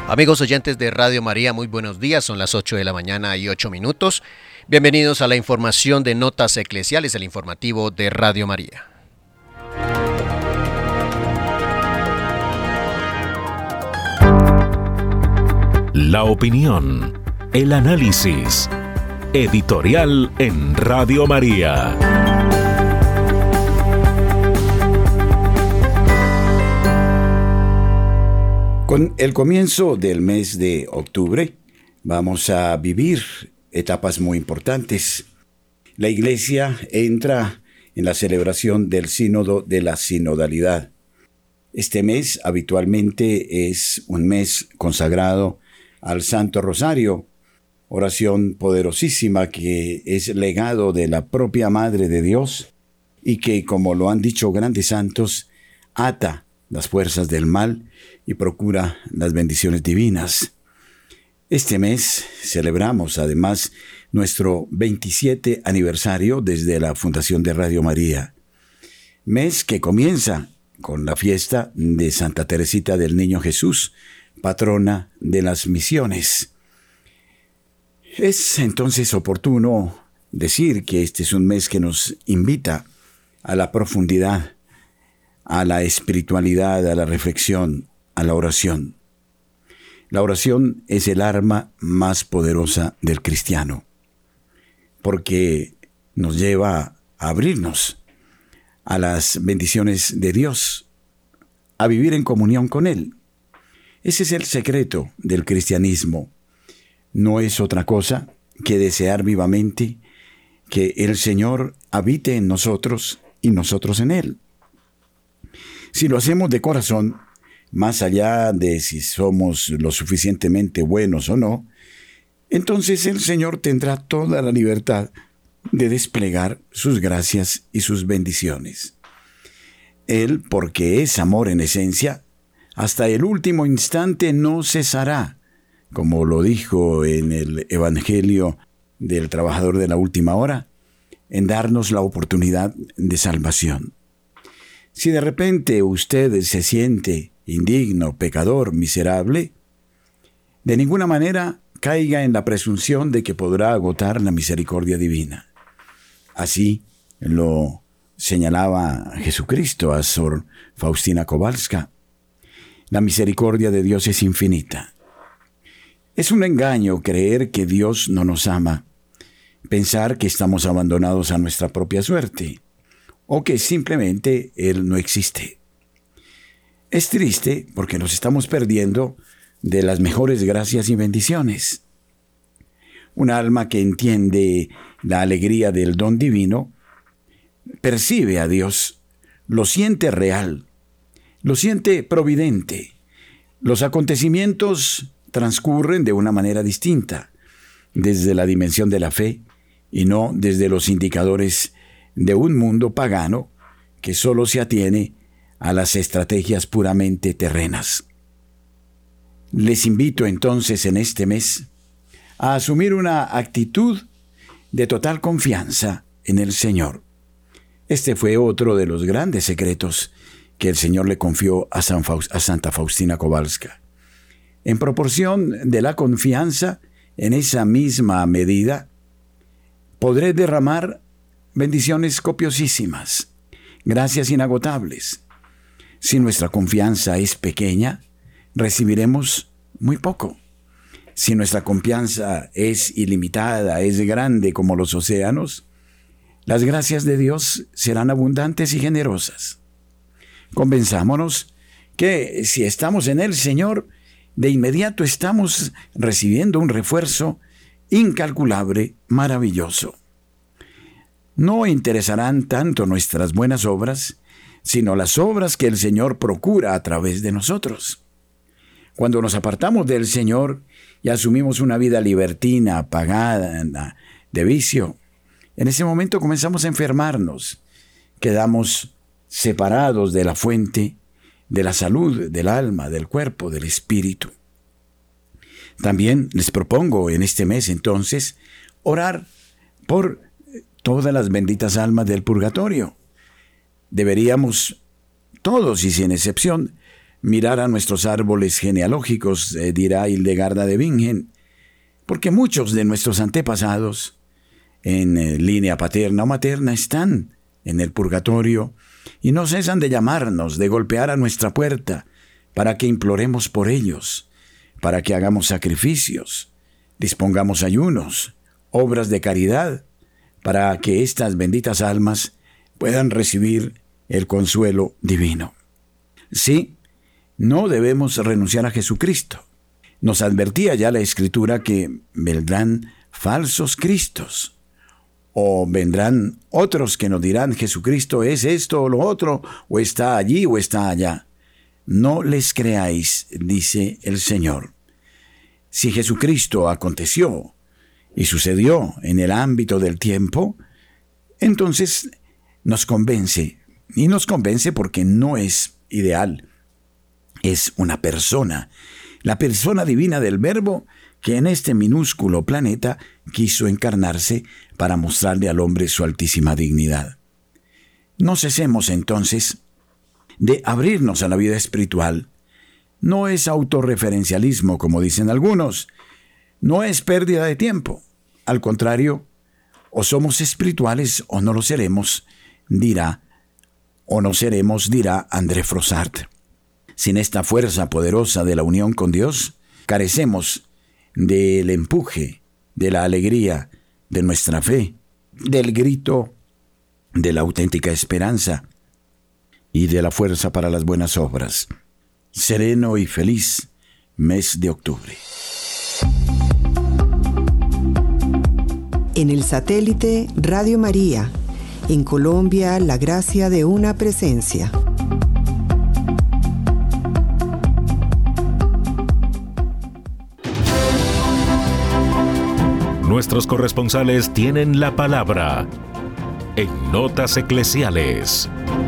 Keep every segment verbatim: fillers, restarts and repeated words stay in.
Amigos oyentes de Radio María, muy buenos días, son las ocho de la mañana y ocho minutos. Bienvenidos a la información de Notas Eclesiales, el informativo de Radio María. La opinión, el análisis, editorial en Radio María. Con el comienzo del mes de octubre vamos a vivir etapas muy importantes. La Iglesia entra en la celebración del Sínodo de la Sinodalidad. Este mes habitualmente es un mes consagrado al Santo Rosario, oración poderosísima que es legado de la propia Madre de Dios y que, como lo han dicho grandes santos, ata las fuerzas del mal y procura las bendiciones divinas. Este mes celebramos además nuestro veintisiete aniversario desde la fundación de Radio María, mes que comienza con la fiesta de Santa Teresita del Niño Jesús, patrona de las misiones. Es entonces oportuno decir que este es un mes que nos invita a la profundidad, a la espiritualidad, a la reflexión, a la oración. La oración es el arma más poderosa del cristiano, porque nos lleva a abrirnos a las bendiciones de Dios, a vivir en comunión con Él. Ese es el secreto del cristianismo. No es otra cosa que desear vivamente que el Señor habite en nosotros y nosotros en Él. Si lo hacemos de corazón, más allá de si somos lo suficientemente buenos o no, entonces el Señor tendrá toda la libertad de desplegar sus gracias y sus bendiciones. Él, porque es amor en esencia, hasta el último instante no cesará, como lo dijo en el Evangelio del Trabajador de la Última Hora, en darnos la oportunidad de salvación. Si de repente usted se siente indigno, pecador, miserable, de ninguna manera caiga en la presunción de que podrá agotar la misericordia divina. Así lo señalaba Jesucristo a Sor Faustina Kowalska. La misericordia de Dios es infinita. Es un engaño creer que Dios no nos ama, pensar que estamos abandonados a nuestra propia suerte, o que simplemente Él no existe. Es triste porque nos estamos perdiendo de las mejores gracias y bendiciones. Un alma que entiende la alegría del don divino, percibe a Dios, lo siente real, lo siente providente. Los acontecimientos transcurren de una manera distinta, desde la dimensión de la fe y no desde los indicadores de un mundo pagano que solo se atiene a las estrategias puramente terrenas. Les invito entonces en este mes a asumir una actitud de total confianza en el Señor. Este fue otro de los grandes secretos que el Señor le confió a, San Faust- a Santa Faustina Kowalska. En proporción de la confianza, en esa misma medida, podré derramar bendiciones copiosísimas, gracias inagotables. Si nuestra confianza es pequeña, recibiremos muy poco. Si nuestra confianza es ilimitada, es grande como los océanos, las gracias de Dios serán abundantes y generosas. Convenzámonos que si estamos en el Señor, de inmediato estamos recibiendo un refuerzo incalculable, maravilloso. No interesarán tanto nuestras buenas obras, sino las obras que el Señor procura a través de nosotros. Cuando nos apartamos del Señor y asumimos una vida libertina, apagada, de vicio, en ese momento comenzamos a enfermarnos, quedamos separados de la fuente, de la salud, del alma, del cuerpo, del espíritu. También les propongo en este mes entonces orar por todas las benditas almas del purgatorio. Deberíamos, todos y sin excepción, mirar a nuestros árboles genealógicos, eh, dirá Hildegarda de Bingen, porque muchos de nuestros antepasados, en eh, línea paterna o materna, están en el purgatorio y no cesan de llamarnos, de golpear a nuestra puerta, para que imploremos por ellos, para que hagamos sacrificios, dispongamos ayunos, obras de caridad, para que estas benditas almas puedan recibir el consuelo divino. Sí, no debemos renunciar a Jesucristo. Nos advertía ya la Escritura que vendrán falsos cristos, o vendrán otros que nos dirán Jesucristo es esto o lo otro, o está allí o está allá. No les creáis, dice el Señor. Si Jesucristo aconteció y sucedió en el ámbito del tiempo, entonces nos convence, y nos convence porque no es ideal, es una persona, la persona divina del Verbo que en este minúsculo planeta quiso encarnarse para mostrarle al hombre su altísima dignidad. No cesemos entonces de abrirnos a la vida espiritual. No es autorreferencialismo, como dicen algunos, no es pérdida de tiempo. Al contrario, o somos espirituales o no lo seremos, dirá, o no seremos, dirá André Frossard. Sin esta fuerza poderosa de la unión con Dios, carecemos del empuje, de la alegría, de nuestra fe, del grito, de la auténtica esperanza y de la fuerza para las buenas obras. Sereno y feliz mes de octubre. En el satélite Radio María, en Colombia, la gracia de una presencia. Nuestros corresponsales tienen la palabra en Notas Eclesiales.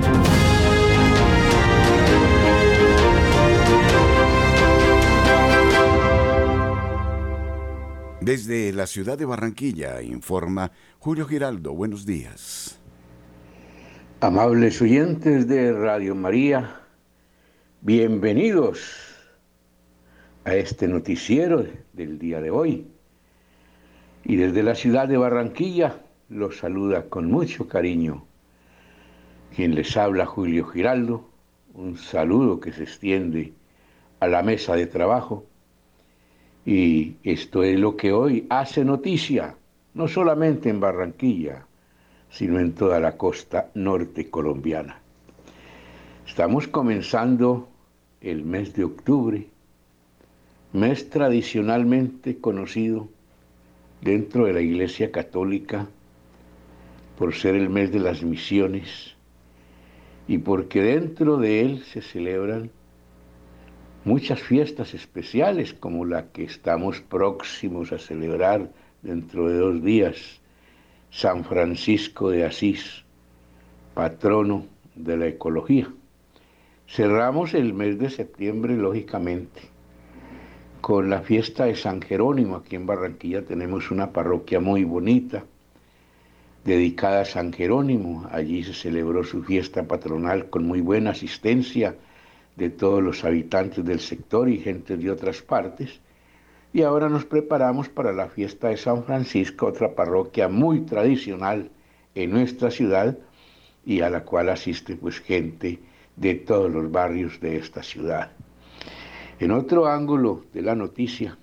Desde la ciudad de Barranquilla, informa Julio Giraldo. Buenos días. Amables oyentes de Radio María, bienvenidos a este noticiero del día de hoy. Y desde la ciudad de Barranquilla los saluda con mucho cariño quien les habla, Julio Giraldo. Un saludo que se extiende a la mesa de trabajo. Y esto es lo que hoy hace noticia, no solamente en Barranquilla, sino en toda la costa norte colombiana. Estamos comenzando el mes de octubre, mes tradicionalmente conocido dentro de la Iglesia Católica por ser el mes de las misiones y porque dentro de él se celebran muchas fiestas especiales como la que estamos próximos a celebrar dentro de dos días, San Francisco de Asís, patrono de la ecología. Cerramos el mes de septiembre, lógicamente, con la fiesta de San Jerónimo. Aquí en Barranquilla tenemos una parroquia muy bonita, dedicada a San Jerónimo. Allí se celebró su fiesta patronal con muy buena asistencia de todos los habitantes del sector y gente de otras partes. Y ahora nos preparamos para la fiesta de San Francisco, otra parroquia muy tradicional en nuestra ciudad y a la cual asiste pues gente de todos los barrios de esta ciudad. En otro ángulo de la noticia,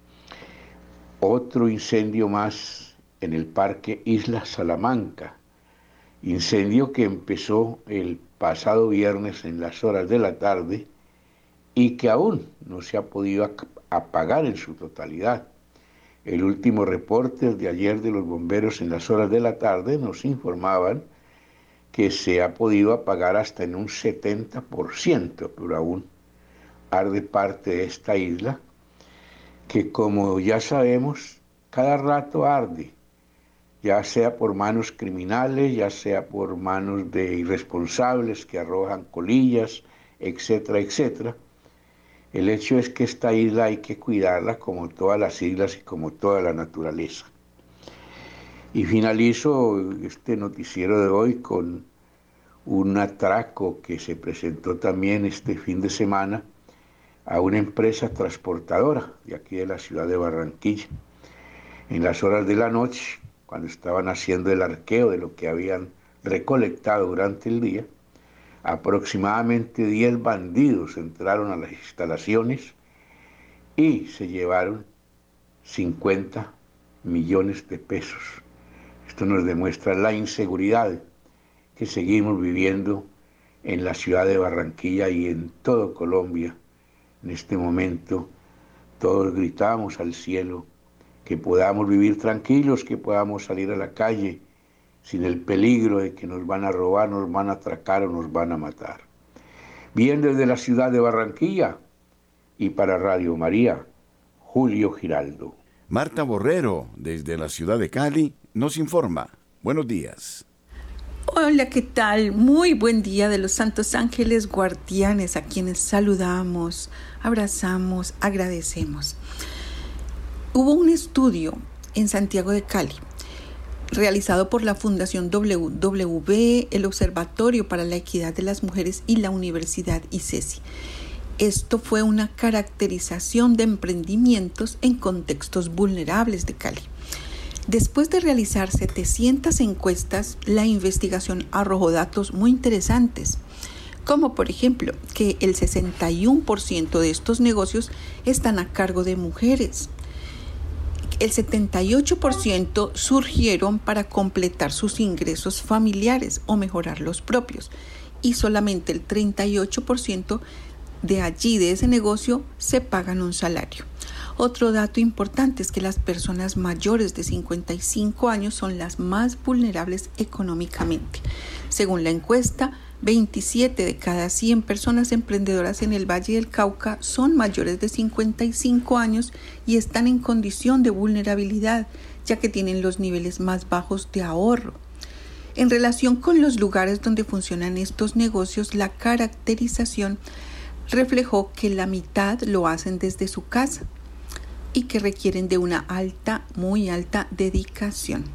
otro incendio más en el Parque Isla Salamanca, incendio que empezó el pasado viernes en las horas de la tarde y que aún no se ha podido apagar en su totalidad. El último reporte de ayer de los bomberos en las horas de la tarde nos informaban que se ha podido apagar hasta en un setenta por ciento, pero aún arde parte de esta isla, que como ya sabemos, cada rato arde, ya sea por manos criminales, ya sea por manos de irresponsables que arrojan colillas, etcétera, etcétera. El hecho es que esta isla hay que cuidarla como todas las islas y como toda la naturaleza. Y finalizo este noticiero de hoy con un atraco que se presentó también este fin de semana a una empresa transportadora de aquí de la ciudad de Barranquilla. En las horas de la noche, cuando estaban haciendo el arqueo de lo que habían recolectado durante el día, aproximadamente diez bandidos entraron a las instalaciones y se llevaron cincuenta millones de pesos. Esto nos demuestra la inseguridad que seguimos viviendo en la ciudad de Barranquilla y en todo Colombia. En este momento todos gritamos al cielo que podamos vivir tranquilos, que podamos salir a la calle sin el peligro de que nos van a robar, nos van a atracar o nos van a matar. Bien, desde la ciudad de Barranquilla y para Radio María, Julio Giraldo. Marta Borrero, desde la ciudad de Cali, nos informa. Buenos días. Hola, ¿qué tal? Muy buen día de los santos ángeles guardianes a quienes saludamos, abrazamos, agradecemos. Hubo un estudio en Santiago de Cali realizado por la Fundación W W E, el Observatorio para la Equidad de las Mujeres y la Universidad I C E S I. Esto fue una caracterización de emprendimientos en contextos vulnerables de Cali. Después de realizar setecientas encuestas, la investigación arrojó datos muy interesantes, como por ejemplo que el sesenta y uno por ciento de estos negocios están a cargo de mujeres. El setenta y ocho por ciento surgieron para completar sus ingresos familiares o mejorar los propios, y solamente el treinta y ocho por ciento de allí, de ese negocio, se pagan un salario. Otro dato importante es que las personas mayores de cincuenta y cinco años son las más vulnerables económicamente. Según la encuesta, veintisiete de cada cien personas emprendedoras en el Valle del Cauca son mayores de cincuenta y cinco años y están en condición de vulnerabilidad, ya que tienen los niveles más bajos de ahorro. En relación con los lugares donde funcionan estos negocios, la caracterización reflejó que la mitad lo hacen desde su casa y que requieren de una alta, muy alta dedicación.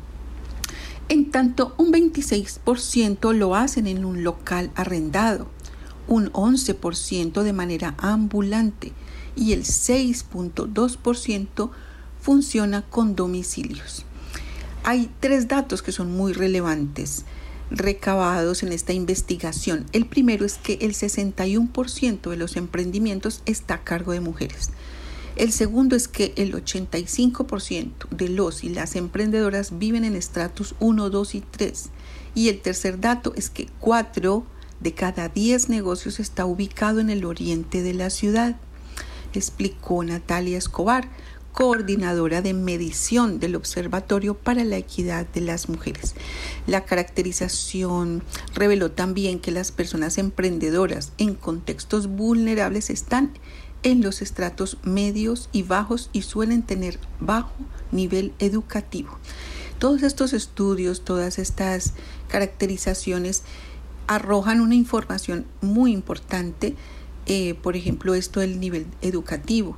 En tanto, un veintiséis por ciento lo hacen en un local arrendado, un once por ciento de manera ambulante y el seis punto dos por ciento funciona con domicilios. Hay tres datos que son muy relevantes recabados en esta investigación. El primero es que el sesenta y uno por ciento de los emprendimientos está a cargo de mujeres. El segundo es que el ochenta y cinco por ciento de los y las emprendedoras viven en estratos uno, dos y tres. Y el tercer dato es que cuatro de cada diez negocios está ubicado en el oriente de la ciudad, explicó Natalia Escobar, coordinadora de medición del Observatorio para la Equidad de las Mujeres. La caracterización reveló también que las personas emprendedoras en contextos vulnerables están en los estratos medios y bajos y suelen tener bajo nivel educativo. Todos estos estudios, todas estas caracterizaciones arrojan una información muy importante, eh, por ejemplo, esto del nivel educativo.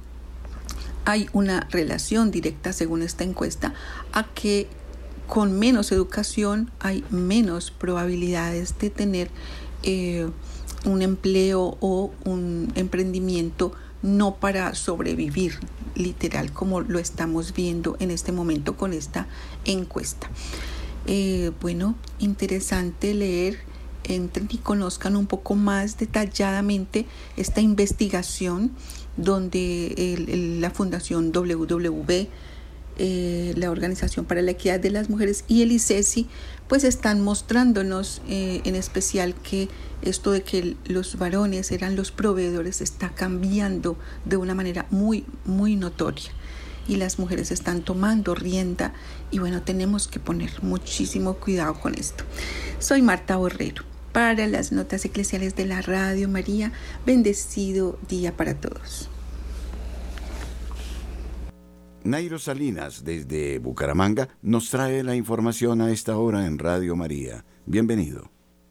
Hay una relación directa, según esta encuesta, a que con menos educación hay menos probabilidades de tener eh, un empleo o un emprendimiento no para sobrevivir, literal, como lo estamos viendo en este momento con esta encuesta. Eh, bueno, interesante leer, entren y conozcan un poco más detalladamente esta investigación donde el, el, la Fundación W W E, eh, la Organización para la Equidad de las Mujeres y el I C E S I pues están mostrándonos eh, en especial que esto de que los varones eran los proveedores está cambiando de una manera muy, muy notoria y las mujeres están tomando rienda y bueno, tenemos que poner muchísimo cuidado con esto. Soy Marta Borrero para las notas eclesiales de la Radio María. Bendecido día para todos. Nairo Salinas, desde Bucaramanga, nos trae la información a esta hora en Radio María. Bienvenido.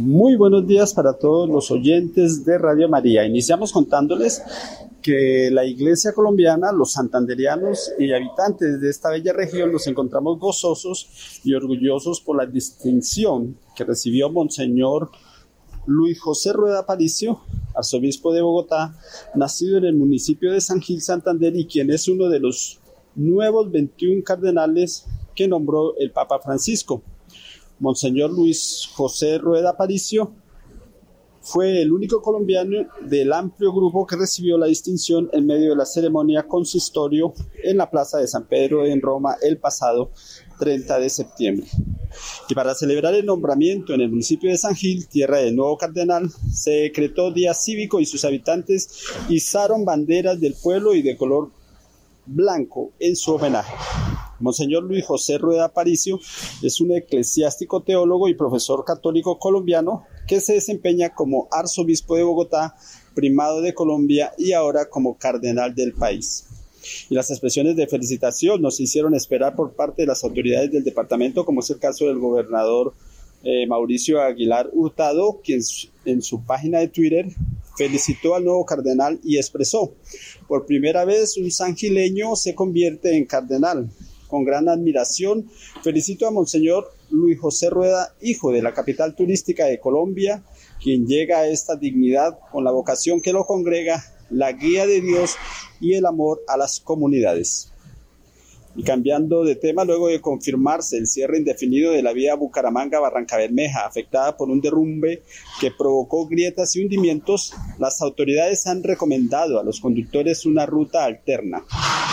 Muy buenos días para todos los oyentes de Radio María. Iniciamos contándoles que la Iglesia colombiana, los santanderianos y habitantes de esta bella región nos encontramos gozosos y orgullosos por la distinción que recibió Monseñor Luis José Rueda Aparicio, arzobispo de Bogotá, nacido en el municipio de San Gil, Santander, y quien es uno de los nuevos veintiún cardenales que nombró el Papa Francisco. Monseñor Luis José Rueda Aparicio fue el único colombiano del amplio grupo que recibió la distinción en medio de la ceremonia consistorio en la Plaza de San Pedro en Roma el pasado treinta de septiembre. Y para celebrar el nombramiento en el municipio de San Gil, tierra del nuevo cardenal, se decretó día cívico y sus habitantes izaron banderas del pueblo y de color blanco en su homenaje. Monseñor Luis José Rueda Aparicio es un eclesiástico, teólogo y profesor católico colombiano que se desempeña como arzobispo de Bogotá, primado de Colombia y ahora como cardenal del país. Y las expresiones de felicitación nos hicieron esperar por parte de las autoridades del departamento, como es el caso del gobernador eh, Mauricio Aguilar Hurtado, quien en su página de Twitter felicitó al nuevo cardenal y expresó: por primera vez un sangileño se convierte en cardenal. Con gran admiración felicito a Monseñor Luis José Rueda, hijo de la capital turística de Colombia, quien llega a esta dignidad con la vocación que lo congrega, la guía de Dios y el amor a las comunidades. Y cambiando de tema, luego de confirmarse el cierre indefinido de la vía Bucaramanga-Barranca Bermeja, afectada por un derrumbe que provocó grietas y hundimientos, las autoridades han recomendado a los conductores una ruta alterna.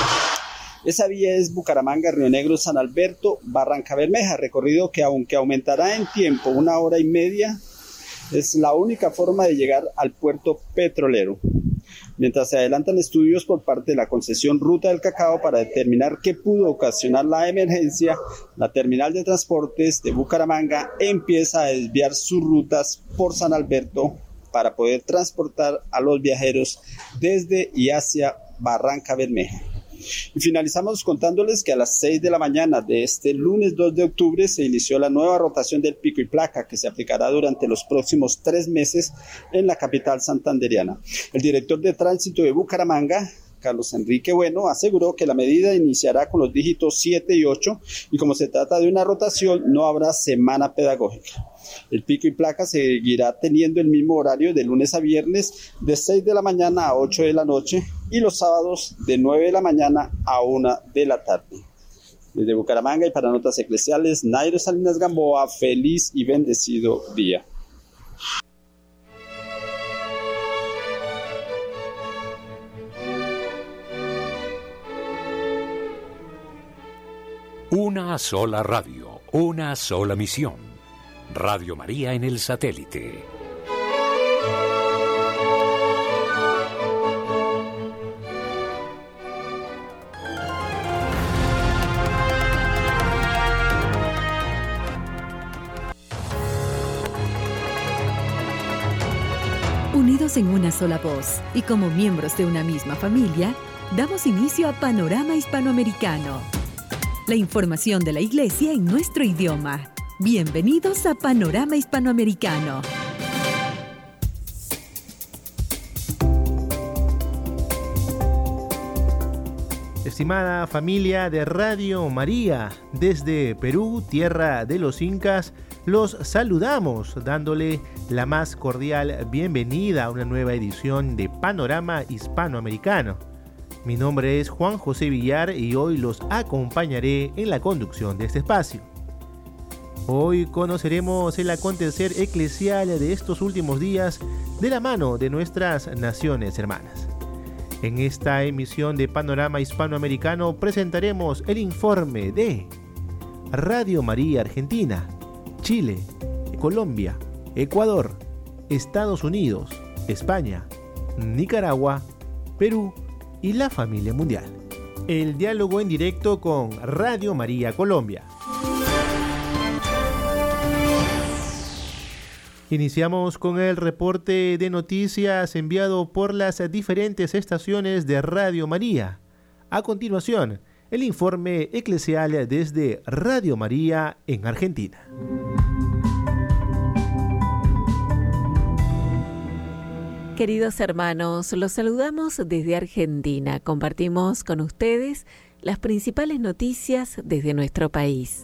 Esa vía es Bucaramanga, Río Negro, San Alberto, Barranca Bermeja, recorrido que, aunque aumentará en tiempo una hora y media, es la única forma de llegar al puerto petrolero. Mientras se adelantan estudios por parte de la concesión Ruta del Cacao para determinar qué pudo ocasionar la emergencia, la terminal de transportes de Bucaramanga empieza a desviar sus rutas por San Alberto para poder transportar a los viajeros desde y hacia Barranca Bermeja. Y finalizamos contándoles que a las seis de la mañana de este lunes dos de octubre se inició la nueva rotación del pico y placa que se aplicará durante los próximos tres meses en la capital santanderiana. El director de tránsito de Bucaramanga, Carlos Enrique Bueno, aseguró que la medida iniciará con los dígitos siete y ocho y como se trata de una rotación no habrá semana pedagógica. El pico y placa seguirá teniendo el mismo horario de lunes a viernes de seis de la mañana a ocho de la noche y los sábados de nueve de la mañana a una de la tarde. Desde Bucaramanga y para Notas Eclesiales, Nairo Salinas Gamboa, feliz y bendecido día. Una sola radio, una sola misión. Radio María en el satélite. Unidos en una sola voz y como miembros de una misma familia, damos inicio a Panorama Hispanoamericano. La información de la Iglesia en nuestro idioma. Bienvenidos a Panorama Hispanoamericano. Estimada familia de Radio María, desde Perú, tierra de los incas, los saludamos dándole la más cordial bienvenida a una nueva edición de Panorama Hispanoamericano. Mi nombre es Juan José Villar y hoy los acompañaré en la conducción de este espacio. Hoy conoceremos el acontecer eclesial de estos últimos días de la mano de nuestras naciones hermanas. En esta emisión de Panorama Hispanoamericano presentaremos el informe de Radio María Argentina, Chile, Colombia, Ecuador, Estados Unidos, España, Nicaragua, Perú y la familia mundial. El diálogo en directo con Radio María Colombia. Iniciamos con el reporte de noticias enviado por las diferentes estaciones de Radio María. A continuación, el informe eclesial desde Radio María en Argentina. Queridos hermanos, los saludamos desde Argentina. Compartimos con ustedes las principales noticias desde nuestro país.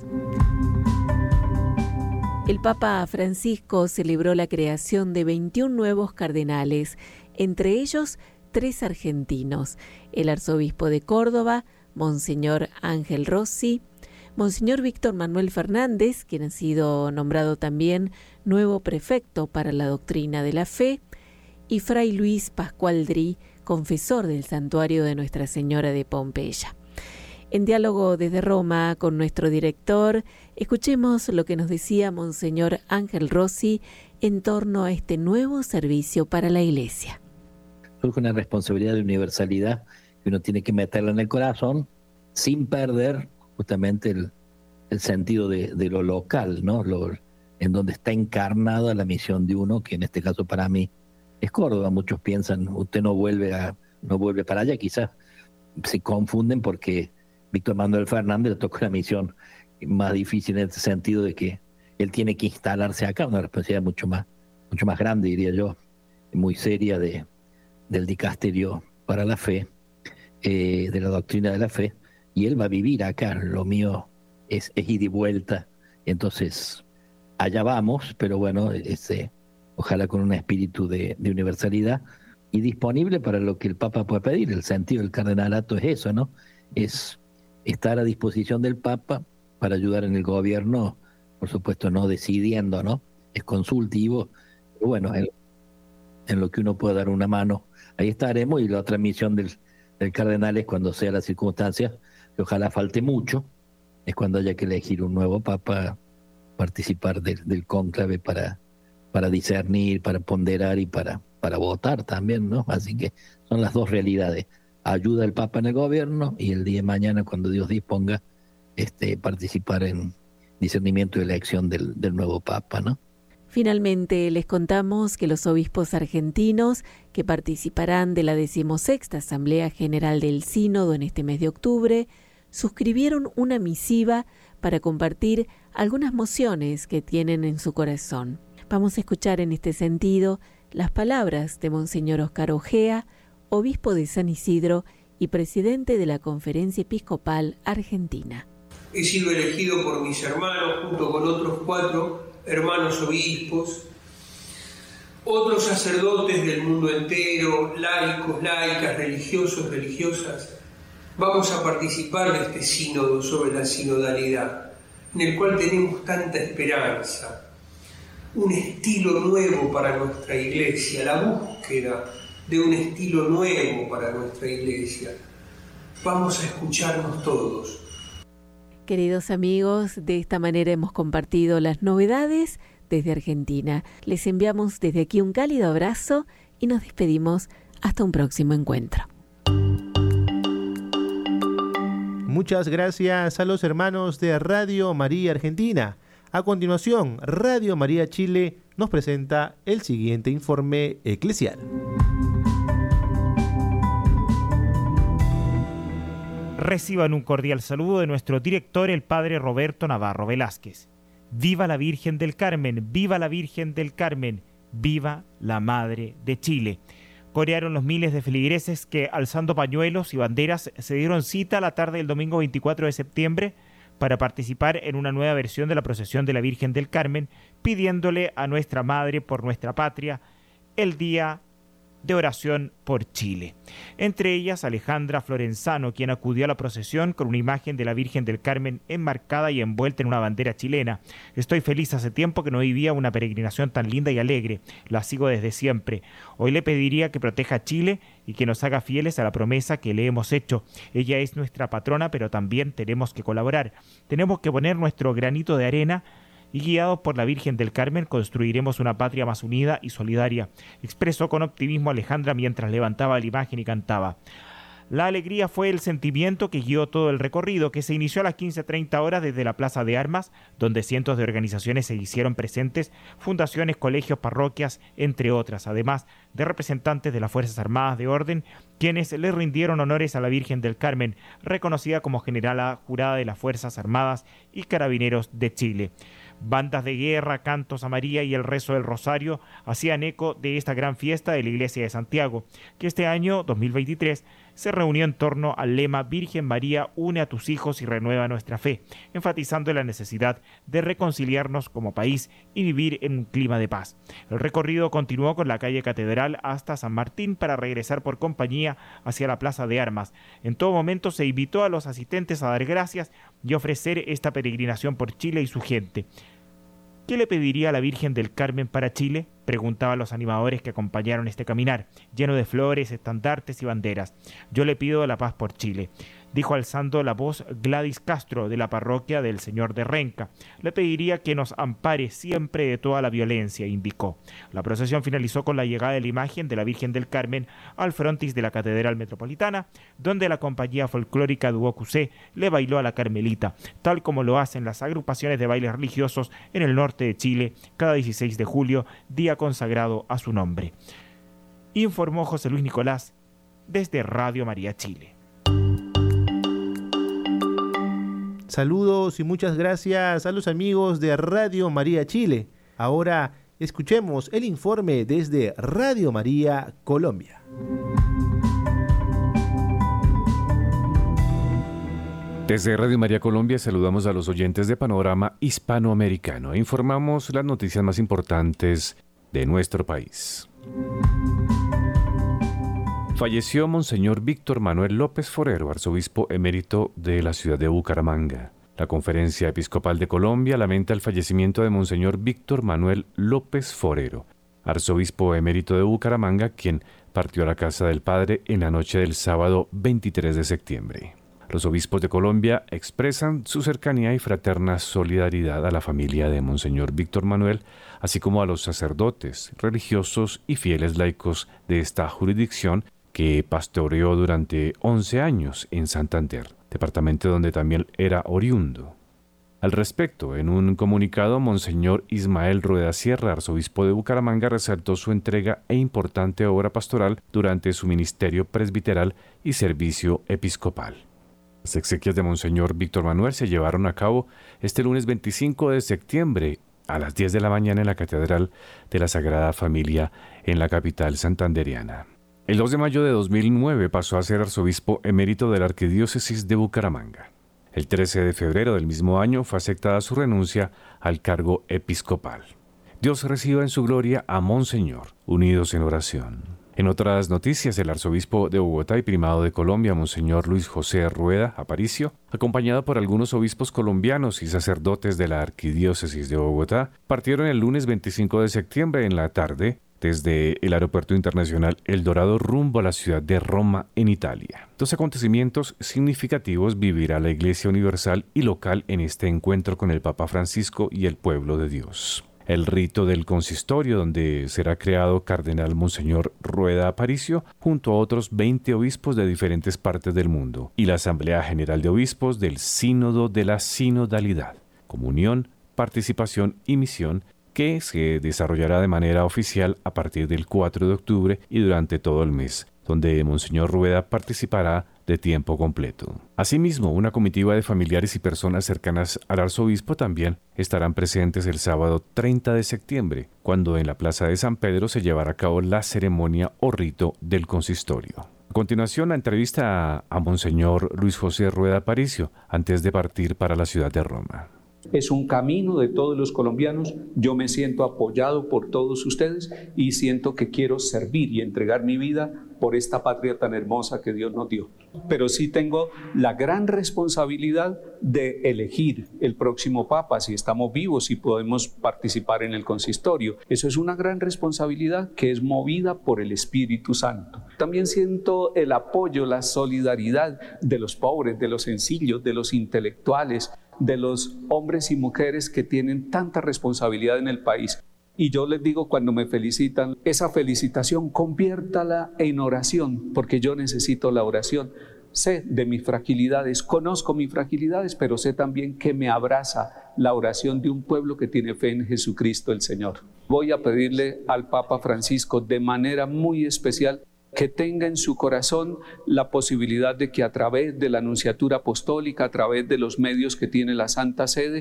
El Papa Francisco celebró la creación de veintiún nuevos cardenales, entre ellos tres argentinos: el arzobispo de Córdoba, Monseñor Ángel Rossi, Monseñor Víctor Manuel Fernández, quien ha sido nombrado también nuevo prefecto para la doctrina de la fe, y Fray Luis Pascual Dri, confesor del Santuario de Nuestra Señora de Pompeya. En diálogo desde Roma con nuestro director, escuchemos lo que nos decía Monseñor Ángel Rossi en torno a este nuevo servicio para la Iglesia. Surge una responsabilidad de universalidad que uno tiene que meterla en el corazón sin perder justamente el, el sentido de, de lo local, ¿no? Lo, en donde está encarnada la misión de uno, que en este caso para mí es Córdoba. Muchos piensan, usted no vuelve a, no vuelve para allá, quizás se confunden porque Víctor Manuel Fernández le tocó la misión más difícil en este sentido de que él tiene que instalarse acá, una responsabilidad mucho más, mucho más grande, diría yo, muy seria de, del dicasterio para la fe, eh, de la doctrina de la fe, y él va a vivir acá. Lo mío es, es ida y vuelta, entonces allá vamos, pero bueno, ese, ojalá con un espíritu de, de universalidad y disponible para lo que el Papa puede pedir. El sentido del cardenalato es eso, ¿no? Es estar a disposición del Papa para ayudar en el gobierno, por supuesto no decidiendo, ¿no? Es consultivo, pero bueno, en, en lo que uno pueda dar una mano, ahí estaremos. Y la otra misión del, del cardenal es, cuando sea la circunstancia, que ojalá falte mucho, es cuando haya que elegir un nuevo Papa, participar del, del cónclave para, para discernir, para ponderar y para, para votar también, ¿no? Así que son las dos realidades: ayuda al Papa en el gobierno y el día de mañana, cuando Dios disponga, este, participar en discernimiento y elección del, del nuevo Papa, ¿no? Finalmente, les contamos que los obispos argentinos que participarán de la decimosexta Asamblea General del Sínodo en este mes de octubre suscribieron una misiva para compartir algunas mociones que tienen en su corazón. Vamos a escuchar en este sentido las palabras de Monseñor Oscar Ojea, obispo de San Isidro y presidente de la Conferencia Episcopal Argentina. He sido elegido por mis hermanos junto con otros cuatro hermanos obispos, otros sacerdotes del mundo entero, laicos, laicas, religiosos, religiosas. Vamos a participar de este sínodo sobre la sinodalidad, en el cual tenemos tanta esperanza, un estilo nuevo para nuestra Iglesia, la búsqueda de un estilo nuevo para nuestra Iglesia. Vamos a escucharnos todos. Queridos amigos, de esta manera hemos compartido las novedades desde Argentina. Les enviamos desde aquí un cálido abrazo y nos despedimos hasta un próximo encuentro. Muchas gracias a los hermanos de Radio María Argentina. A continuación, Radio María Chile nos presenta el siguiente informe eclesial. Reciban un cordial saludo de nuestro director, el padre Roberto Navarro Velázquez. ¡Viva la Virgen del Carmen! ¡Viva la Virgen del Carmen! ¡Viva la Madre de Chile! Corearon los miles de feligreses que, alzando pañuelos y banderas, se dieron cita a la tarde del domingo veinticuatro de septiembre para participar en una nueva versión de la procesión de la Virgen del Carmen, pidiéndole a nuestra Madre por nuestra patria el día de oración por Chile. Entre ellas, Alejandra Florenzano, quien acudió a la procesión con una imagen de la Virgen del Carmen enmarcada y envuelta en una bandera chilena. Estoy feliz, hace tiempo que no vivía una peregrinación tan linda y alegre. La sigo desde siempre. Hoy le pediría que proteja a Chile y que nos haga fieles a la promesa que le hemos hecho. Ella es nuestra patrona, pero también tenemos que colaborar. Tenemos que poner nuestro granito de arena y, guiados por la Virgen del Carmen, construiremos una patria más unida y solidaria, expresó con optimismo Alejandra mientras levantaba la imagen y cantaba. La alegría fue el sentimiento que guió todo el recorrido, que se inició a las quince treinta horas desde la Plaza de Armas, donde cientos de organizaciones se hicieron presentes, fundaciones, colegios, parroquias, entre otras, además de representantes de las Fuerzas Armadas de Orden, quienes le rindieron honores a la Virgen del Carmen, reconocida como generala jurada de las Fuerzas Armadas y Carabineros de Chile. Bandas de guerra, cantos a María y el rezo del rosario hacían eco de esta gran fiesta de la Iglesia de Santiago, que este año dos mil veintitrés se reunió en torno al lema Virgen María, une a tus hijos y renueva nuestra fe, enfatizando la necesidad de reconciliarnos como país y vivir en un clima de paz. El recorrido continuó con la calle Catedral hasta San Martín para regresar por compañía hacia la Plaza de Armas. En todo momento se invitó a los asistentes a dar gracias y ofrecer esta peregrinación por Chile y su gente. ¿Qué le pediría a la Virgen del Carmen para Chile?, preguntaban los animadores que acompañaron este caminar, lleno de flores, estandartes y banderas. Yo le pido la paz por Chile, dijo alzando la voz Gladys Castro, de la parroquia del Señor de Renca. Le pediría que nos ampare siempre de toda la violencia, indicó. La procesión finalizó con la llegada de la imagen de la Virgen del Carmen al frontis de la Catedral Metropolitana, donde la compañía folclórica Duo Cusé le bailó a la Carmelita, tal como lo hacen las agrupaciones de bailes religiosos en el norte de Chile cada dieciséis de julio, día consagrado a su nombre. Informó José Luis Nicolás desde Radio María Chile. Saludos y muchas gracias a los amigos de Radio María Chile. Ahora escuchemos el informe desde Radio María Colombia. Desde Radio María Colombia saludamos a los oyentes de Panorama Hispanoamericano e informamos las noticias más importantes de nuestro país. Falleció Monseñor Víctor Manuel López Forero, arzobispo emérito de la ciudad de Bucaramanga. La Conferencia Episcopal de Colombia lamenta el fallecimiento de Monseñor Víctor Manuel López Forero, arzobispo emérito de Bucaramanga, quien partió a la casa del Padre en la noche del sábado veintitrés de septiembre. Los obispos de Colombia expresan su cercanía y fraterna solidaridad a la familia de Monseñor Víctor Manuel, así como a los sacerdotes, religiosos y fieles laicos de esta jurisdicción que pastoreó durante once años en Santander, departamento donde también era oriundo. Al respecto, en un comunicado, Monseñor Ismael Rueda Sierra, arzobispo de Bucaramanga, resaltó su entrega e importante obra pastoral durante su ministerio presbiteral y servicio episcopal. Las exequias de Monseñor Víctor Manuel se llevaron a cabo este lunes veinticinco de septiembre a las diez de la mañana en la Catedral de la Sagrada Familia en la capital santanderiana. El dos de mayo de dos mil nueve pasó a ser arzobispo emérito de la Arquidiócesis de Bucaramanga. El trece de febrero del mismo año fue aceptada su renuncia al cargo episcopal. Dios reciba en su gloria a Monseñor, unidos en oración. En otras noticias, el arzobispo de Bogotá y primado de Colombia, Monseñor Luis José Rueda Aparicio, acompañado por algunos obispos colombianos y sacerdotes de la Arquidiócesis de Bogotá, partieron el lunes veinticinco de septiembre en la tarde desde el Aeropuerto Internacional El Dorado rumbo a la ciudad de Roma, en Italia. Dos acontecimientos significativos vivirá la Iglesia Universal y local en este encuentro con el Papa Francisco y el pueblo de Dios. El rito del consistorio, donde será creado cardenal Monseñor Rueda Aparicio, junto a otros veinte obispos de diferentes partes del mundo, y la Asamblea General de Obispos del Sínodo de la Sinodalidad, comunión, participación y misión, que se desarrollará de manera oficial a partir del cuatro de octubre y durante todo el mes, donde Monseñor Rueda participará de tiempo completo. Asimismo, una comitiva de familiares y personas cercanas al arzobispo también estarán presentes el sábado treinta de septiembre, cuando en la Plaza de San Pedro se llevará a cabo la ceremonia o rito del consistorio. A continuación, la entrevista a, a Monseñor Luis José Rueda Aparicio, antes de partir para la ciudad de Roma. Es un camino de todos los colombianos. Yo me siento apoyado por todos ustedes y siento que quiero servir y entregar mi vida por esta patria tan hermosa que Dios nos dio. Pero sí tengo la gran responsabilidad de elegir el próximo Papa, si estamos vivos y podemos participar en el consistorio. Eso es una gran responsabilidad que es movida por el Espíritu Santo. También siento el apoyo, la solidaridad de los pobres, de los sencillos, de los intelectuales, de los hombres y mujeres que tienen tanta responsabilidad en el país. Y yo les digo, cuando me felicitan, esa felicitación conviértala en oración, porque yo necesito la oración. Sé de mis fragilidades, conozco mis fragilidades, pero sé también que me abraza la oración de un pueblo que tiene fe en Jesucristo el Señor. Voy a pedirle al Papa Francisco de manera muy especial que tenga en su corazón la posibilidad de que a través de la Nunciatura Apostólica, a través de los medios que tiene la Santa Sede,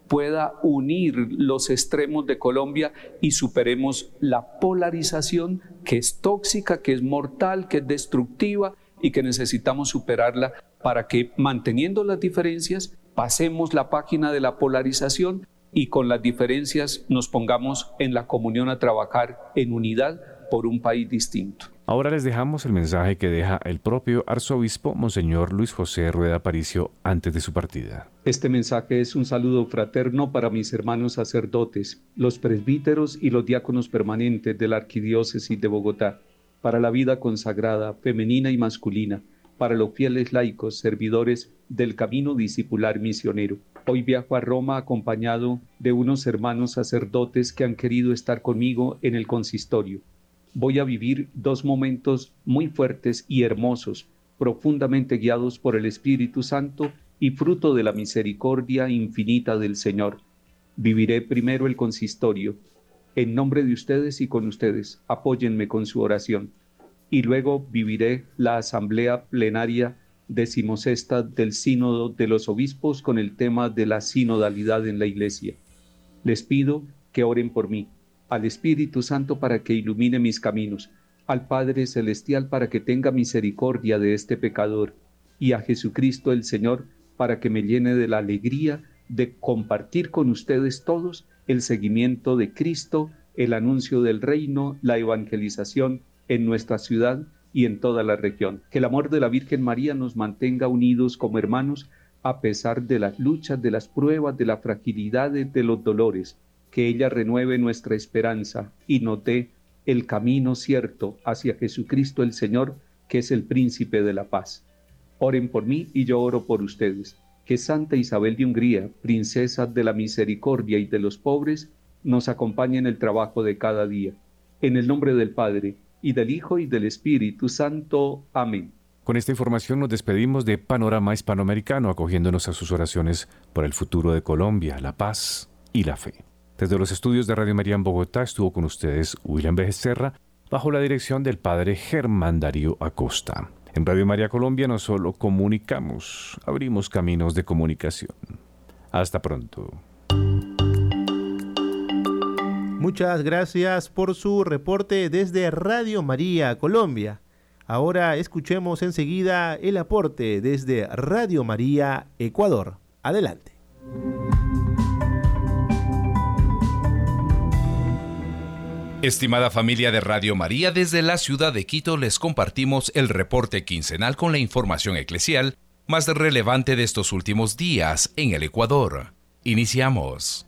pueda unir los extremos de Colombia y superemos la polarización que es tóxica, que es mortal, que es destructiva y que necesitamos superarla para que, manteniendo las diferencias, pasemos la página de la polarización y con las diferencias nos pongamos en la comunión a trabajar en unidad por un país distinto. Ahora les dejamos el mensaje que deja el propio arzobispo, Monseñor Luis José Rueda Aparicio, antes de su partida. Este mensaje es un saludo fraterno para mis hermanos sacerdotes, los presbíteros y los diáconos permanentes de la Arquidiócesis de Bogotá, para la vida consagrada, femenina y masculina, para los fieles laicos, servidores del camino discipular misionero. Hoy viajo a Roma acompañado de unos hermanos sacerdotes que han querido estar conmigo en el consistorio. Voy a vivir dos momentos muy fuertes y hermosos, profundamente guiados por el Espíritu Santo y fruto de la misericordia infinita del Señor. Viviré primero el consistorio. En nombre de ustedes y con ustedes, apóyenme con su oración. Y luego viviré la asamblea plenaria decimosexta del Sínodo de los Obispos con el tema de la sinodalidad en la Iglesia. Les pido que oren por mí, al Espíritu Santo para que ilumine mis caminos, al Padre Celestial para que tenga misericordia de este pecador, y a Jesucristo el Señor para que me llene de la alegría de compartir con ustedes todos el seguimiento de Cristo, el anuncio del reino, la evangelización en nuestra ciudad y en toda la región. Que el amor de la Virgen María nos mantenga unidos como hermanos a pesar de las luchas, de las pruebas, de las fragilidades, de los dolores. Que ella renueve nuestra esperanza y nos dé el camino cierto hacia Jesucristo el Señor, que es el príncipe de la paz. Oren por mí y yo oro por ustedes. Que Santa Isabel de Hungría, princesa de la misericordia y de los pobres, nos acompañe en el trabajo de cada día. En el nombre del Padre, y del Hijo y del Espíritu Santo. Amén. Con esta información nos despedimos de Panorama Hispanoamericano, acogiéndonos a sus oraciones por el futuro de Colombia, la paz y la fe. Desde los estudios de Radio María en Bogotá estuvo con ustedes William Becerra, bajo la dirección del padre Germán Darío Acosta. En Radio María Colombia no solo comunicamos, abrimos caminos de comunicación. Hasta pronto. Muchas gracias por su reporte desde Radio María Colombia. Ahora escuchemos enseguida el aporte desde Radio María Ecuador. Adelante. Estimada familia de Radio María, desde la ciudad de Quito les compartimos el reporte quincenal con la información eclesial más relevante de estos últimos días en el Ecuador. Iniciamos.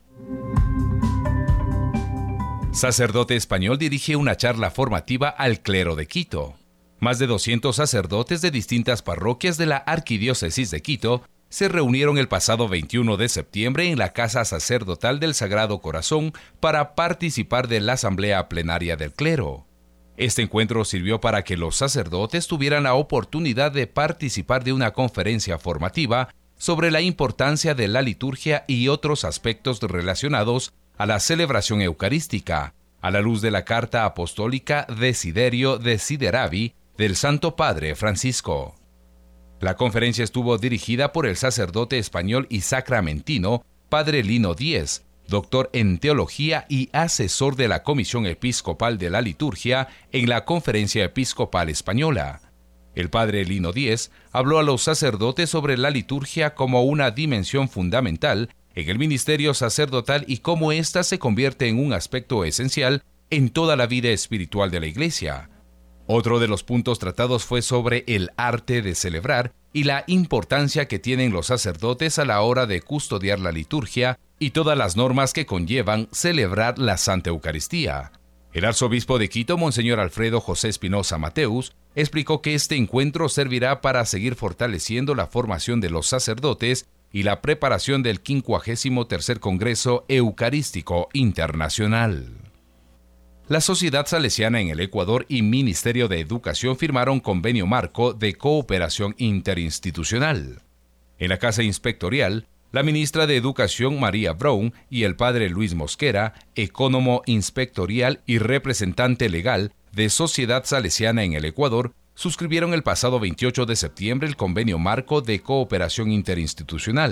Sacerdote español dirige una charla formativa al clero de Quito. Más de doscientos sacerdotes de distintas parroquias de la Arquidiócesis de Quito se reunieron el pasado veintiuno de septiembre en la Casa Sacerdotal del Sagrado Corazón para participar de la Asamblea Plenaria del Clero. Este encuentro sirvió para que los sacerdotes tuvieran la oportunidad de participar de una conferencia formativa sobre la importancia de la liturgia y otros aspectos relacionados a la celebración eucarística, a la luz de la carta apostólica Desiderio Desideravi del Santo Padre Francisco. La conferencia estuvo dirigida por el sacerdote español y sacramentino Padre Lino Díez, doctor en teología y asesor de la Comisión Episcopal de la Liturgia en la Conferencia Episcopal Española. El Padre Lino Díez habló a los sacerdotes sobre la liturgia como una dimensión fundamental en el ministerio sacerdotal y cómo ésta se convierte en un aspecto esencial en toda la vida espiritual de la Iglesia. Otro de los puntos tratados fue sobre el arte de celebrar y la importancia que tienen los sacerdotes a la hora de custodiar la liturgia y todas las normas que conllevan celebrar la Santa Eucaristía. El arzobispo de Quito, Monseñor Alfredo José Espinosa Mateus, explicó que este encuentro servirá para seguir fortaleciendo la formación de los sacerdotes y la preparación del quincuagésimo tercer Congreso Eucarístico Internacional. La Sociedad Salesiana en el Ecuador y Ministerio de Educación firmaron convenio marco de cooperación interinstitucional. En la Casa Inspectorial, la ministra de Educación María Brown y el padre Luis Mosquera, ecónomo inspectorial y representante legal de Sociedad Salesiana en el Ecuador, suscribieron el pasado veintiocho de septiembre el convenio marco de cooperación interinstitucional.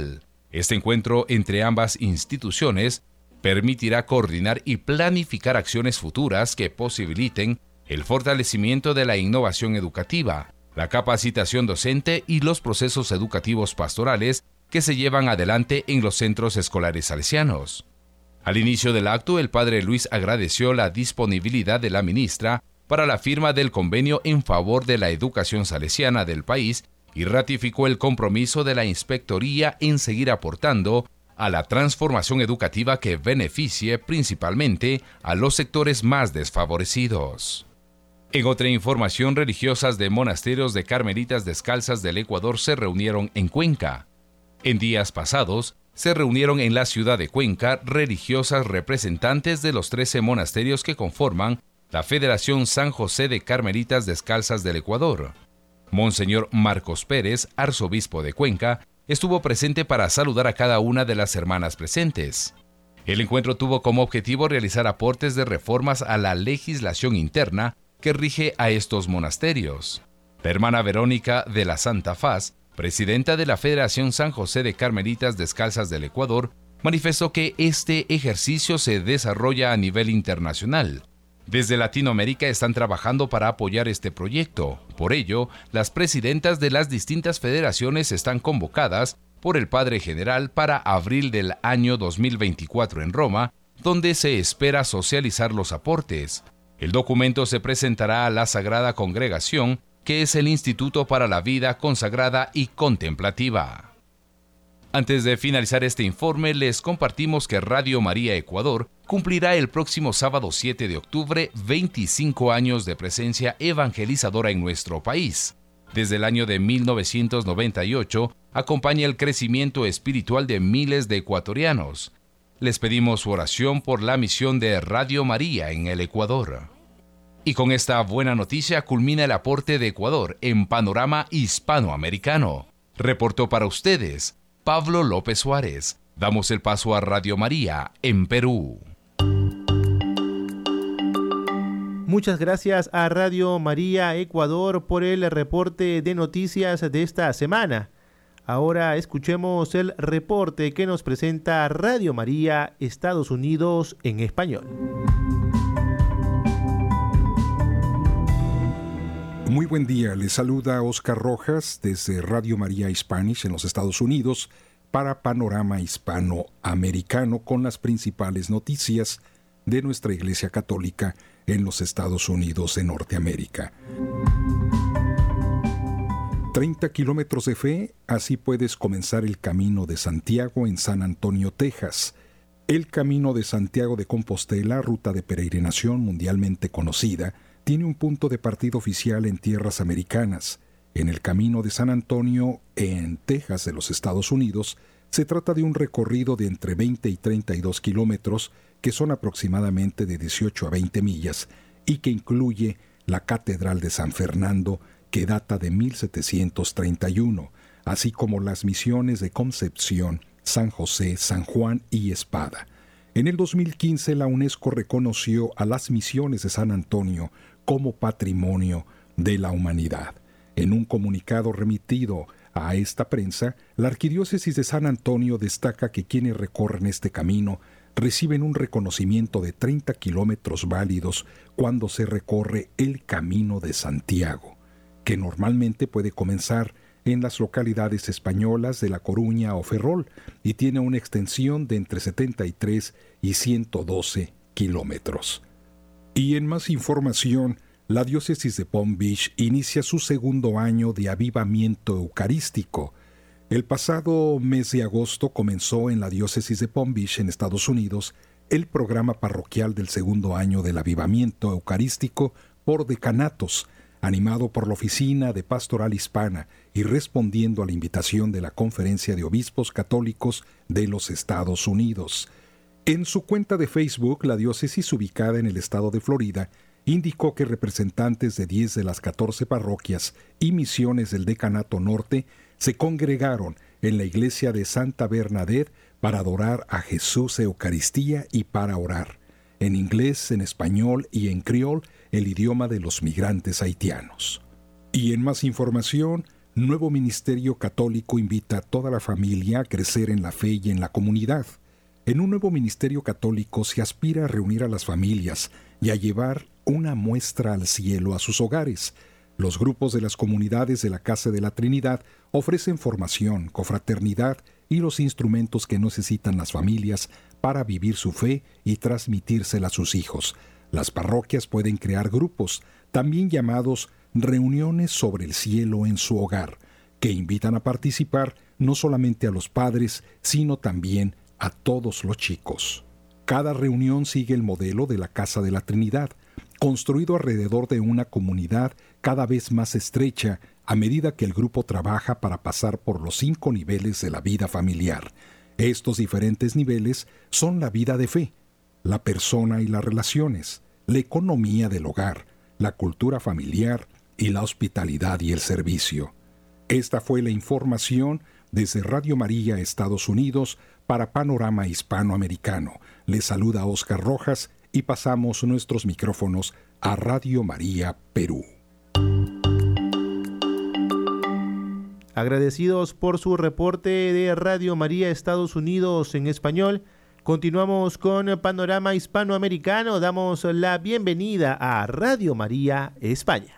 Este encuentro entre ambas instituciones permitirá coordinar y planificar acciones futuras que posibiliten el fortalecimiento de la innovación educativa, la capacitación docente y los procesos educativos pastorales que se llevan adelante en los centros escolares salesianos. Al inicio del acto, el padre Luis agradeció la disponibilidad de la ministra para la firma del convenio en favor de la educación salesiana del país y ratificó el compromiso de la Inspectoría en seguir aportando a la transformación educativa que beneficie principalmente a los sectores más desfavorecidos. En otra información, religiosas de monasterios de Carmelitas Descalzas del Ecuador se reunieron en Cuenca. En días pasados, se reunieron en la ciudad de Cuenca religiosas representantes de los trece monasterios que conforman la Federación San José de Carmelitas Descalzas del Ecuador. Monseñor Marcos Pérez, arzobispo de Cuenca, estuvo presente para saludar a cada una de las hermanas presentes. El encuentro tuvo como objetivo realizar aportes de reformas a la legislación interna que rige a estos monasterios. La hermana Verónica de la Santa Faz, presidenta de la Federación San José de Carmelitas Descalzas del Ecuador, manifestó que este ejercicio se desarrolla a nivel internacional. Desde Latinoamérica están trabajando para apoyar este proyecto. Por ello, las presidentas de las distintas federaciones están convocadas por el Padre General para abril del año dos mil veinticuatro en Roma, donde se espera socializar los aportes. El documento se presentará a la Sagrada Congregación, que es el Instituto para la Vida Consagrada y Contemplativa. Antes de finalizar este informe, les compartimos que Radio María Ecuador cumplirá el próximo sábado siete de octubre veinticinco años de presencia evangelizadora en nuestro país. Desde el año de mil novecientos noventa y ocho, acompaña el crecimiento espiritual de miles de ecuatorianos. Les pedimos su oración por la misión de Radio María en el Ecuador. Y con esta buena noticia culmina el aporte de Ecuador en Panorama Hispanoamericano. Reportó para ustedes Pablo López Suárez. Damos el paso a Radio María en Perú. Muchas gracias a Radio María Ecuador por el reporte de noticias de esta semana. Ahora escuchemos el reporte que nos presenta Radio María Estados Unidos en español. Muy buen día, les saluda Oscar Rojas desde Radio María Spanish en los Estados Unidos para Panorama Hispanoamericano con las principales noticias de nuestra Iglesia Católica en los Estados Unidos de Norteamérica. treinta kilómetros de fe, así puedes comenzar el Camino de Santiago en San Antonio, Texas. El Camino de Santiago de Compostela, ruta de peregrinación mundialmente conocida, tiene un punto de partida oficial en tierras americanas. En el Camino de San Antonio, en Texas de los Estados Unidos, se trata de un recorrido de entre veinte y treinta y dos kilómetros, que son aproximadamente de dieciocho a veinte millas, y que incluye la Catedral de San Fernando, que data de mil setecientos treinta y uno, así como las misiones de Concepción, San José, San Juan y Espada. En el dos mil quince, la UNESCO reconoció a las misiones de San Antonio como Patrimonio de la Humanidad. En un comunicado remitido a esta prensa, la Arquidiócesis de San Antonio destaca que quienes recorren este camino reciben un reconocimiento de treinta kilómetros válidos cuando se recorre el Camino de Santiago, que normalmente puede comenzar en las localidades españolas de La Coruña o Ferrol y tiene una extensión de entre setenta y tres y ciento doce kilómetros. Y en más información, la diócesis de Palm Beach inicia su segundo año de avivamiento eucarístico. El pasado mes de agosto comenzó en la diócesis de Palm Beach, en Estados Unidos, el programa parroquial del segundo año del avivamiento eucarístico por decanatos, animado por la Oficina de Pastoral Hispana y respondiendo a la invitación de la Conferencia de Obispos Católicos de los Estados Unidos. En su cuenta de Facebook, la diócesis, ubicada en el estado de Florida, indicó que representantes de diez de las catorce parroquias y misiones del Decanato Norte se congregaron en la iglesia de Santa Bernadette para adorar a Jesús Eucaristía y para orar, en inglés, en español y en criol, el idioma de los migrantes haitianos. Y en más información, Nuevo Ministerio Católico invita a toda la familia a crecer en la fe y en la comunidad. En un nuevo ministerio católico se aspira a reunir a las familias y a llevar una muestra al cielo a sus hogares. Los grupos de las comunidades de la Casa de la Trinidad ofrecen formación, confraternidad y los instrumentos que necesitan las familias para vivir su fe y transmitírsela a sus hijos. Las parroquias pueden crear grupos, también llamados reuniones sobre el cielo en su hogar, que invitan a participar no solamente a los padres, sino también a todos los chicos. Cada reunión sigue el modelo de la Casa de la Trinidad, construido alrededor de una comunidad cada vez más estrecha a medida que el grupo trabaja para pasar por los cinco niveles de la vida familiar. Estos diferentes niveles son la vida de fe, la persona y las relaciones, la economía del hogar, la cultura familiar y la hospitalidad y el servicio. Esta fue la información desde Radio María, Estados Unidos, para Panorama Hispanoamericano. Les saluda Oscar Rojas y pasamos nuestros micrófonos a Radio María, Perú. Agradecidos por su reporte de Radio María Estados Unidos en español, continuamos con Panorama Hispanoamericano. Damos la bienvenida a Radio María España.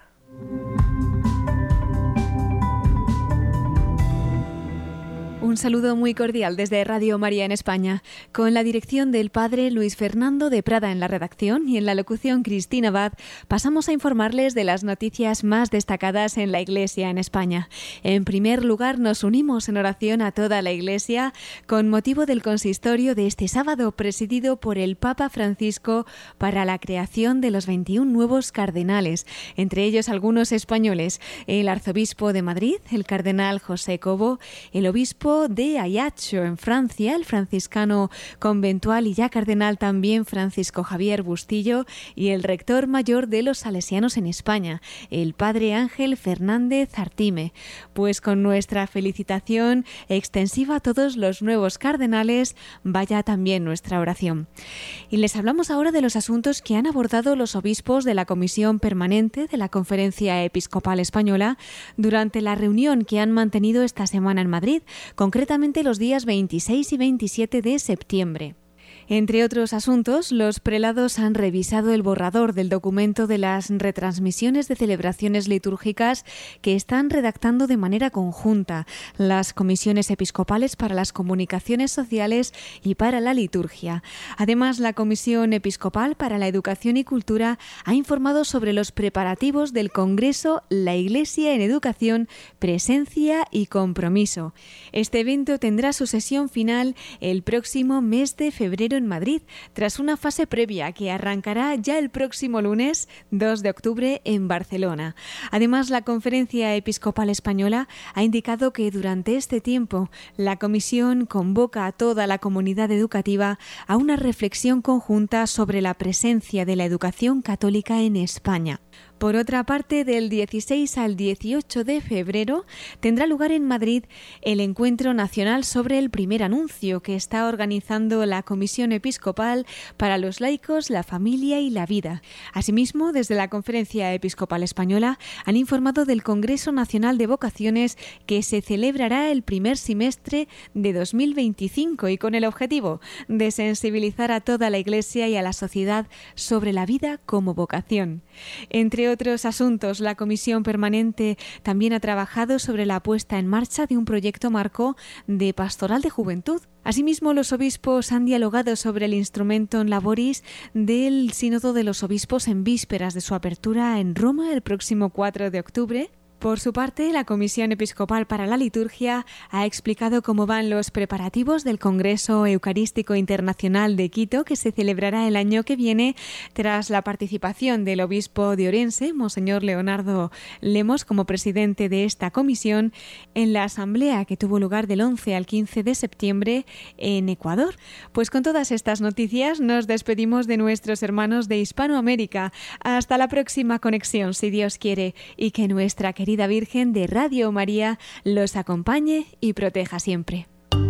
Un saludo muy cordial desde Radio María en España, con la dirección del padre Luis Fernando de Prada en la redacción y en la locución Cristina Abad. Pasamos a informarles de las noticias más destacadas en la Iglesia en España. En primer lugar, nos unimos en oración a toda la Iglesia con motivo del consistorio de este sábado, presidido por el Papa Francisco para la creación de los veintiún nuevos cardenales, entre ellos algunos españoles: el arzobispo de Madrid, el cardenal José Cobo, el obispo de Ajaccio en Francia, el franciscano conventual y ya cardenal también Francisco Javier Bustillo, y el rector mayor de los salesianos en España, el padre Ángel Fernández Artime. Pues con nuestra felicitación extensiva a todos los nuevos cardenales, vaya también nuestra oración. Y les hablamos ahora de los asuntos que han abordado los obispos de la Comisión Permanente de la Conferencia Episcopal Española durante la reunión que han mantenido esta semana en Madrid, concretamente los días veintiséis y veintisiete de septiembre. Entre otros asuntos, los prelados han revisado el borrador del documento de las retransmisiones de celebraciones litúrgicas que están redactando de manera conjunta las comisiones episcopales para las comunicaciones sociales y para la liturgia. Además, la Comisión Episcopal para la Educación y Cultura ha informado sobre los preparativos del Congreso La Iglesia en Educación, Presencia y Compromiso. Este evento tendrá su sesión final el próximo mes de febrero en Madrid, tras una fase previa que arrancará ya el próximo lunes dos de octubre en Barcelona. Además, la Conferencia Episcopal Española ha indicado que durante este tiempo la Comisión convoca a toda la comunidad educativa a una reflexión conjunta sobre la presencia de la educación católica en España. Por otra parte, del dieciséis al dieciocho de febrero tendrá lugar en Madrid el Encuentro Nacional sobre el Primer Anuncio, que está organizando la Comisión Episcopal para los laicos, la familia y la vida. Asimismo, desde la Conferencia Episcopal Española han informado del Congreso Nacional de Vocaciones, que se celebrará el primer semestre de dos mil veinticinco y con el objetivo de sensibilizar a toda la Iglesia y a la sociedad sobre la vida como vocación. Entre otros asuntos, la Comisión Permanente también ha trabajado sobre la puesta en marcha de un proyecto marco de pastoral de juventud. Asimismo, los obispos han dialogado sobre el instrumento laboris del Sínodo de los Obispos en vísperas de su apertura en Roma el próximo cuatro de octubre. Por su parte, la Comisión Episcopal para la Liturgia ha explicado cómo van los preparativos del Congreso Eucarístico Internacional de Quito, que se celebrará el año que viene, tras la participación del obispo de Orense, Monseñor Leonardo Lemos, como presidente de esta comisión, en la asamblea que tuvo lugar del once al quince de septiembre en Ecuador. Pues con todas estas noticias nos despedimos de nuestros hermanos de Hispanoamérica. Hasta la próxima conexión, si Dios quiere, y que nuestra querida Virgen de Radio María los acompañe y proteja siempre.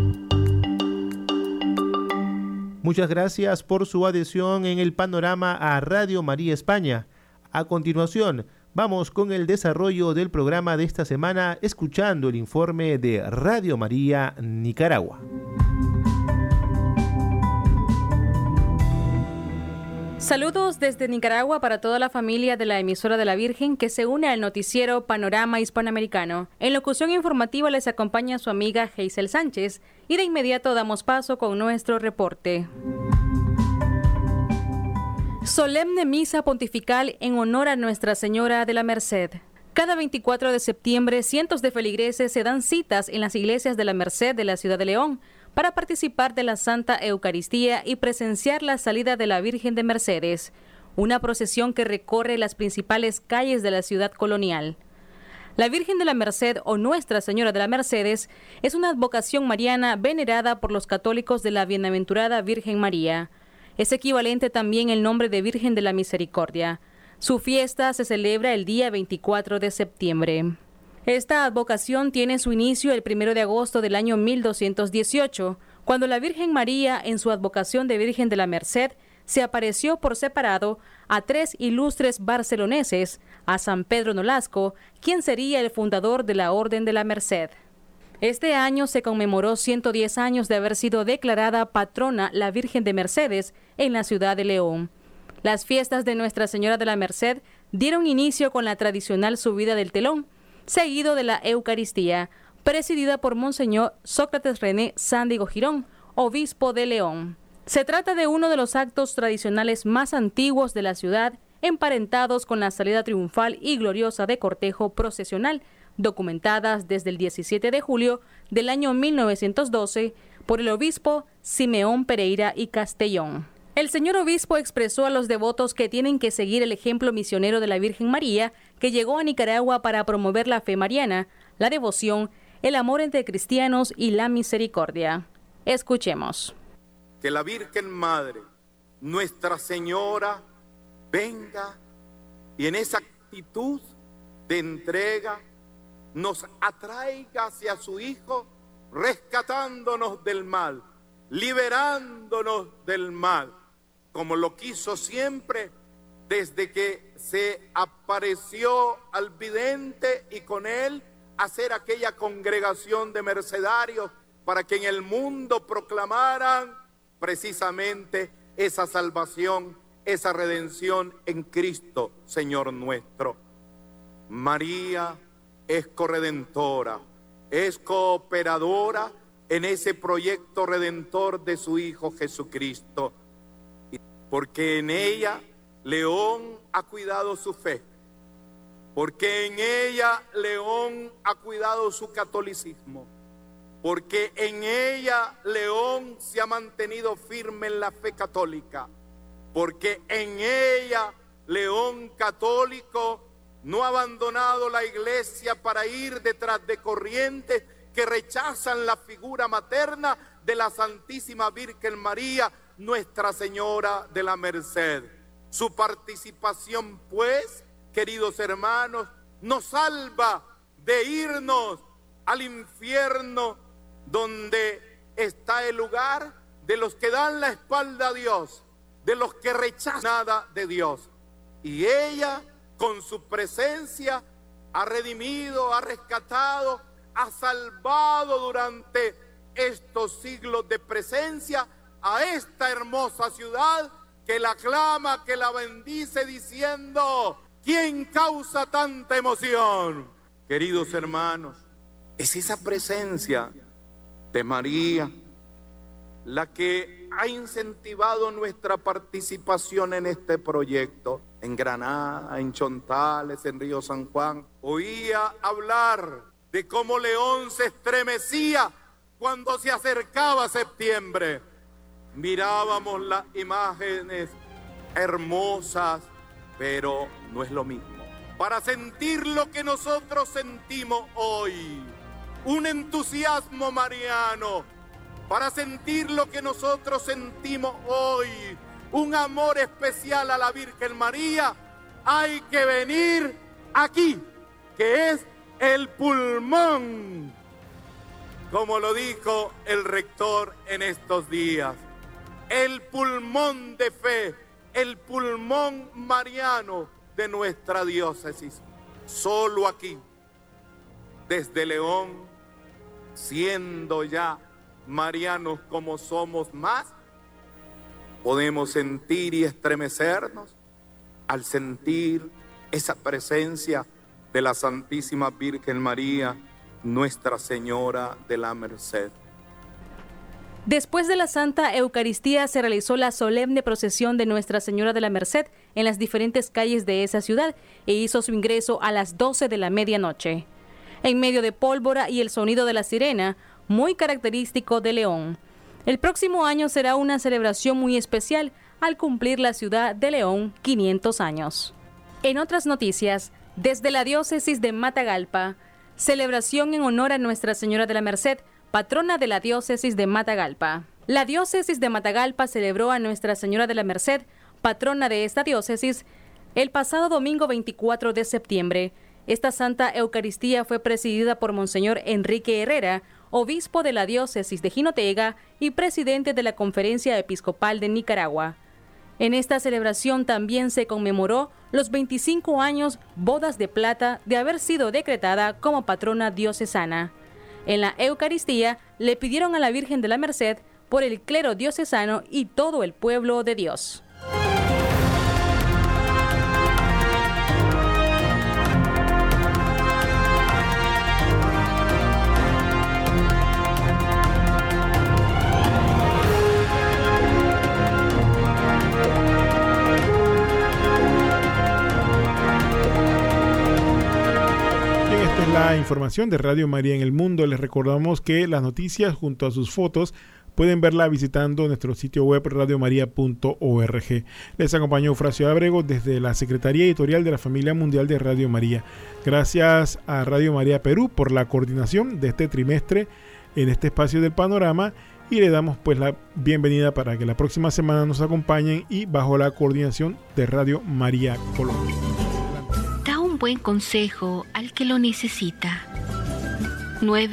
Muchas gracias por su adhesión en el panorama a Radio María España. A continuación, Vamos con el desarrollo del programa de esta semana, escuchando el informe de Radio María Nicaragua. Saludos desde Nicaragua para toda la familia de la emisora de la Virgen que se une al noticiero Panorama Hispanoamericano. En locución informativa les acompaña su amiga Geisel Sánchez y de inmediato damos paso con nuestro reporte. Solemne misa pontifical en honor a Nuestra Señora de la Merced. Cada veinticuatro de septiembre, cientos de feligreses se dan citas en las iglesias de la Merced de la ciudad de León para participar de la Santa Eucaristía y presenciar la salida de la Virgen de Mercedes, una procesión que recorre las principales calles de la ciudad colonial. La Virgen de la Merced o Nuestra Señora de la Mercedes es una advocación mariana venerada por los católicos de la Bienaventurada Virgen María. Es equivalente también el nombre de Virgen de la Misericordia. Su fiesta se celebra el día veinticuatro de septiembre. Esta advocación tiene su inicio el primero de agosto del año mil doscientos dieciocho, cuando la Virgen María, en su advocación de Virgen de la Merced, se apareció por separado a tres ilustres barceloneses, a San Pedro Nolasco, quien sería el fundador de la Orden de la Merced. Este año se conmemoró ciento diez años de haber sido declarada patrona la Virgen de Mercedes en la ciudad de León. Las fiestas de Nuestra Señora de la Merced dieron inicio con la tradicional subida del telón, seguido de la Eucaristía, presidida por Monseñor Sócrates René Sándigo Girón, obispo de León. Se trata de uno de los actos tradicionales más antiguos de la ciudad, emparentados con la salida triunfal y gloriosa de cortejo procesional, documentadas desde el diecisiete de julio del año mil novecientos doce por el obispo Simeón Pereira y Castellón. El señor obispo expresó a los devotos que tienen que seguir el ejemplo misionero de la Virgen María, que llegó a Nicaragua para promover la fe mariana, la devoción, el amor entre cristianos y la misericordia. Escuchemos. Que la Virgen Madre, Nuestra Señora, venga y en esa actitud de entrega nos atraiga hacia su Hijo, rescatándonos del mal, liberándonos del mal, como lo quiso siempre desde que se apareció al vidente y con él hacer aquella congregación de mercedarios para que en el mundo proclamaran precisamente esa salvación, esa redención en Cristo, Señor nuestro. María es corredentora, es cooperadora en ese proyecto redentor de su Hijo Jesucristo, porque en ella León ha cuidado su fe, porque en ella León ha cuidado su catolicismo, porque en ella León se ha mantenido firme en la fe católica, porque en ella León católico no ha abandonado la iglesia para ir detrás de corrientes que rechazan la figura materna de la Santísima Virgen María, Nuestra Señora de la Merced. Su participación, pues, queridos hermanos, nos salva de irnos al infierno, donde está el lugar de los que dan la espalda a Dios, de los que rechazan nada de Dios. Y ella, con su presencia, ha redimido, ha rescatado, ha salvado durante estos siglos de presencia a esta hermosa ciudad que la aclama, que la bendice diciendo: ¿quién causa tanta emoción? Queridos hermanos, es esa presencia de María la que ha incentivado nuestra participación en este proyecto. En Granada, en Chontales, en Río San Juan, oía hablar de cómo León se estremecía cuando se acercaba septiembre. Mirábamos las imágenes hermosas, pero no es lo mismo. Para sentir lo que nosotros sentimos hoy, un entusiasmo mariano, para sentir lo que nosotros sentimos hoy, un amor especial a la Virgen María, hay que venir aquí, que es el pulmón, como lo dijo el rector en estos días, el pulmón de fe, el pulmón mariano, de nuestra diócesis. Solo aquí, desde León, siendo ya marianos como somos más, podemos sentir y estremecernos al sentir esa presencia de la Santísima Virgen María, Nuestra Señora de la Merced. Después de la Santa Eucaristía se realizó la solemne procesión de Nuestra Señora de la Merced en las diferentes calles de esa ciudad e hizo su ingreso a las doce de la medianoche. En medio de pólvora y el sonido de la sirena, muy característico de León. El próximo año será una celebración muy especial al cumplir la ciudad de León quinientos años. En otras noticias, desde la diócesis de Matagalpa, celebración en honor a Nuestra Señora de la Merced, patrona de la diócesis de Matagalpa. La diócesis de Matagalpa celebró a Nuestra Señora de la Merced, patrona de esta diócesis, el pasado domingo veinticuatro de septiembre. Esta Santa Eucaristía fue presidida por Monseñor Enrique Herrera, obispo de la diócesis de Jinotega y presidente de la Conferencia Episcopal de Nicaragua. En esta celebración también se conmemoró los veinticinco años bodas de plata de haber sido decretada como patrona diocesana. En la Eucaristía le pidieron a la Virgen de la Merced por el clero diocesano y todo el pueblo de Dios. La información de Radio María en el mundo. Les recordamos que las noticias junto a sus fotos pueden verla visitando nuestro sitio web radio maría punto org. Les acompañó Eufrasio Abrego desde la Secretaría Editorial de la Familia Mundial de Radio María. Gracias a Radio María Perú por la coordinación de este trimestre en este espacio del panorama y le damos pues la bienvenida para que la próxima semana nos acompañen y bajo la coordinación de Radio María Colombia. Da un buen consejo al que lo necesita. nueve